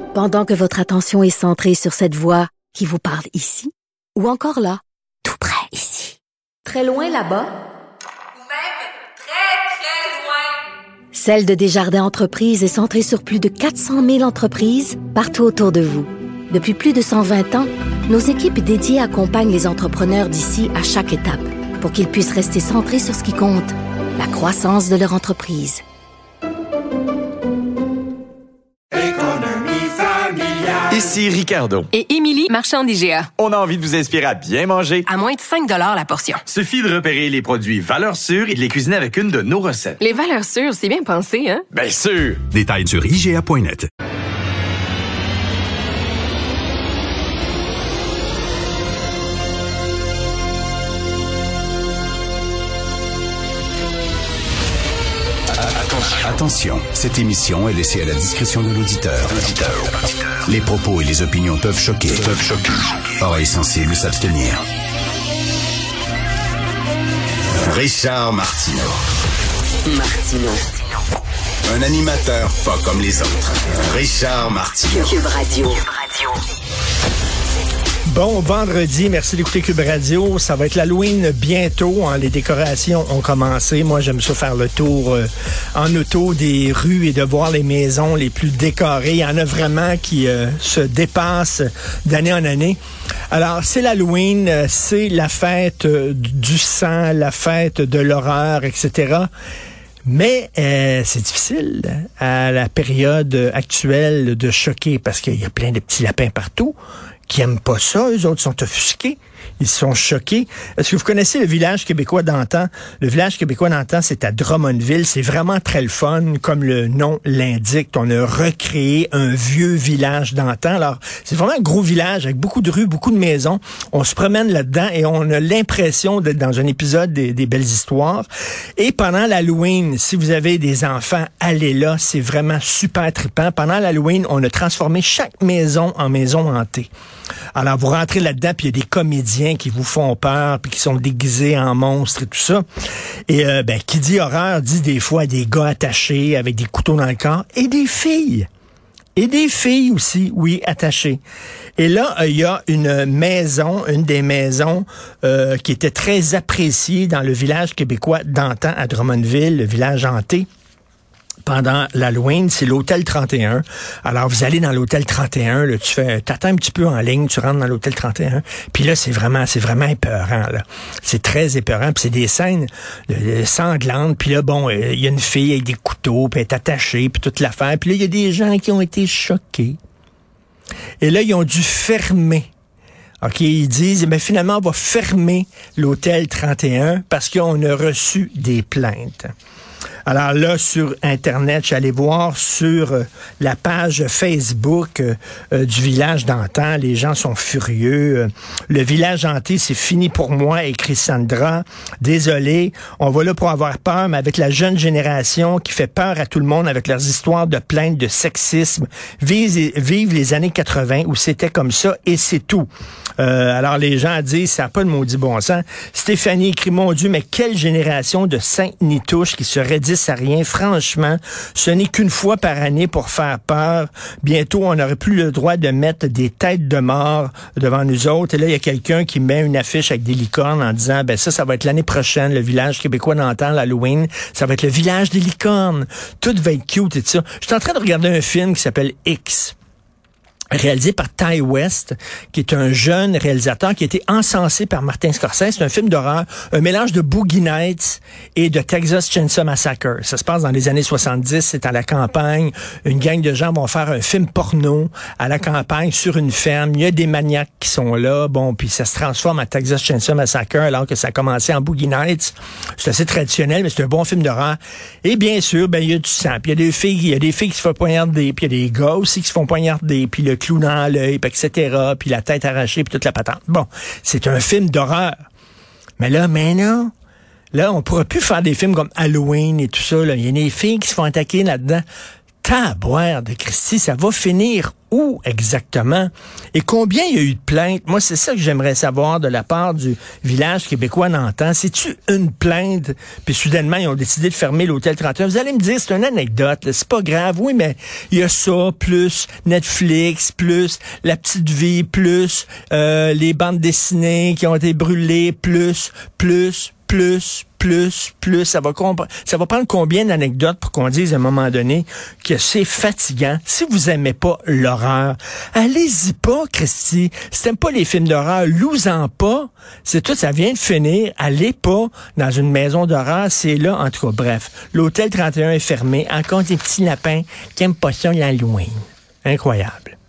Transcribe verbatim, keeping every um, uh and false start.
Pendant que votre attention est centrée sur cette voix qui vous parle ici, ou encore là, tout près ici, très loin là-bas, ou même très, très loin. Celle de Desjardins Entreprises est centrée sur plus de quatre cent mille entreprises partout autour de vous. Depuis plus de cent vingt ans, nos équipes dédiées accompagnent les entrepreneurs d'ici à chaque étape pour qu'ils puissent rester centrés sur ce qui compte, la croissance de leur entreprise. Ici Ricardo. Et Émilie, marchand d'I G A. On a envie de vous inspirer à bien manger. À moins de cinq dollars la portion. Suffit de repérer les produits valeurs sûres et de les cuisiner avec une de nos recettes. Les valeurs sûres, c'est bien pensé, hein? Bien sûr! Détails sur I G A point net. Attention, cette émission est laissée à la discrétion de l'auditeur. Les propos et les opinions peuvent choquer. Peuvent choquer. Oreilles sensibles s'abstenir. Richard Martineau. Martineau. Un animateur pas comme les autres. Richard Martineau. Cube Radio. Bon vendredi, merci d'écouter Cube Radio. Ça va être l'Halloween bientôt, hein. Les décorations ont commencé. Moi, j'aime ça faire le tour euh, en auto des rues et de voir les maisons les plus décorées. Il y en a vraiment qui euh, se dépassent d'année en année. Alors, c'est l'Halloween, euh, c'est la fête euh, du sang, la fête de l'horreur, et cetera. Mais euh, c'est difficile à la période actuelle de choquer parce qu'il y a plein de petits lapins partout qui aiment pas ça. Eux autres sont offusqués. Ils sont choqués. Est-ce que vous connaissez le village québécois d'antan? Le village québécois d'antan, c'est à Drummondville. C'est vraiment très le fun, comme le nom l'indique. On a recréé un vieux village d'antan. Alors, c'est vraiment un gros village avec beaucoup de rues, beaucoup de maisons. On se promène là-dedans et on a l'impression d'être dans un épisode des, des belles histoires. Et pendant l'Halloween, si vous avez des enfants, allez là. C'est vraiment super trippant. Pendant l'Halloween, on a transformé chaque maison en maison hantée. Alors, vous rentrez là-dedans, puis il y a des comédiens qui vous font peur, puis qui sont déguisés en monstres et tout ça. Et euh, ben, qui dit horreur, dit des fois des gars attachés avec des couteaux dans le corps, et des filles. Et des filles aussi, oui, attachées. Et là, il y a une maison, une des maisons euh, qui était très appréciée dans le village québécois d'antan à Drummondville, le village hanté. Pendant l'Halloween, c'est l'hôtel trente et un. Alors, vous allez dans l'hôtel trente et un, là, tu fais, t'attends un petit peu en ligne, tu rentres dans l'hôtel trente et un, puis là, c'est vraiment, c'est vraiment épeurant, là. C'est très épeurant, puis c'est des scènes euh, sanglantes, puis là, bon, il euh, y a une fille avec des couteaux, puis elle est attachée, puis toute l'affaire, puis là, il y a des gens qui ont été choqués. Et là, ils ont dû fermer. OK, ils disent, mais finalement, on va fermer l'hôtel trente et un parce qu'on a reçu des plaintes. Alors là, sur Internet, j'allais voir sur euh, la page Facebook euh, euh, du village d'antan. Les gens sont furieux. Euh, le village hanté, c'est fini pour moi, écrit Sandra. Désolé, on va là pour avoir peur, mais avec la jeune génération qui fait peur à tout le monde avec leurs histoires de plaintes, de sexisme. Vive, vive les années quatre-vingt où c'était comme ça et c'est tout. Euh, alors les gens disent, ça n'a pas de maudit bon sens. Stéphanie écrit, mon Dieu, mais quelle génération de sainte-nitouches qui se raidissent à rien. Franchement, ce n'est qu'une fois par année pour faire peur. Bientôt, on n'aurait plus le droit de mettre des têtes de mort devant nous autres. Et là, il y a quelqu'un qui met une affiche avec des licornes en disant, ben ça, ça va être l'année prochaine, le village québécois d'antan, l'Halloween. Ça va être le village des licornes. Tout va être cute et tout ça. Je suis en train de regarder un film qui s'appelle X, réalisé par Ty West, qui est un jeune réalisateur qui a été encensé par Martin Scorsese. C'est un film d'horreur, un mélange de Boogie Nights et de Texas Chainsaw Massacre. Ça se passe dans les années soixante-dix, c'est à la campagne. Une gang de gens vont faire un film porno à la campagne sur une ferme. Il y a des maniaques qui sont là. Bon, puis ça se transforme en Texas Chainsaw Massacre alors que ça a commencé en Boogie Nights. C'est assez traditionnel, mais c'est un bon film d'horreur. Et bien sûr, ben il y a du sang. Puis il y a des filles, il y a des filles qui se font poignarder, puis il y a des gars aussi qui se font poignarder, puis le clou dans l'œil, puis et cetera, puis la tête arrachée, puis toute la patente. Bon, c'est un film d'horreur. Mais là, mais non. Là, on pourra plus faire des films comme Halloween et tout ça. Là. Il y a des filles qui se font attaquer là-dedans. Taboire de Christie, ça va finir où exactement? Et combien il y a eu de plaintes? Moi, c'est ça que j'aimerais savoir de la part du village québécois Nantan. C'est-tu une plainte? Puis soudainement, ils ont décidé de fermer l'hôtel trente et un. Vous allez me dire, c'est une anecdote, là, c'est pas grave. Oui, mais il y a ça, plus Netflix, plus La Petite Vie, plus euh, les bandes dessinées qui ont été brûlées, plus, plus, plus, plus, plus. Ça va, comp- ça va prendre combien d'anecdotes pour qu'on dise à un moment donné que c'est fatigant? Si vous aimez pas l'horreur, allez-y pas, Christy. Si t'aimes pas les films d'horreur, loue-en pas. C'est tout, ça vient de finir. Allez pas dans une maison d'horreur. C'est là, en tout cas, bref. L'hôtel trente et un est fermé. Encore des petits lapins qui aiment pas ça l'Halloween. Incroyable.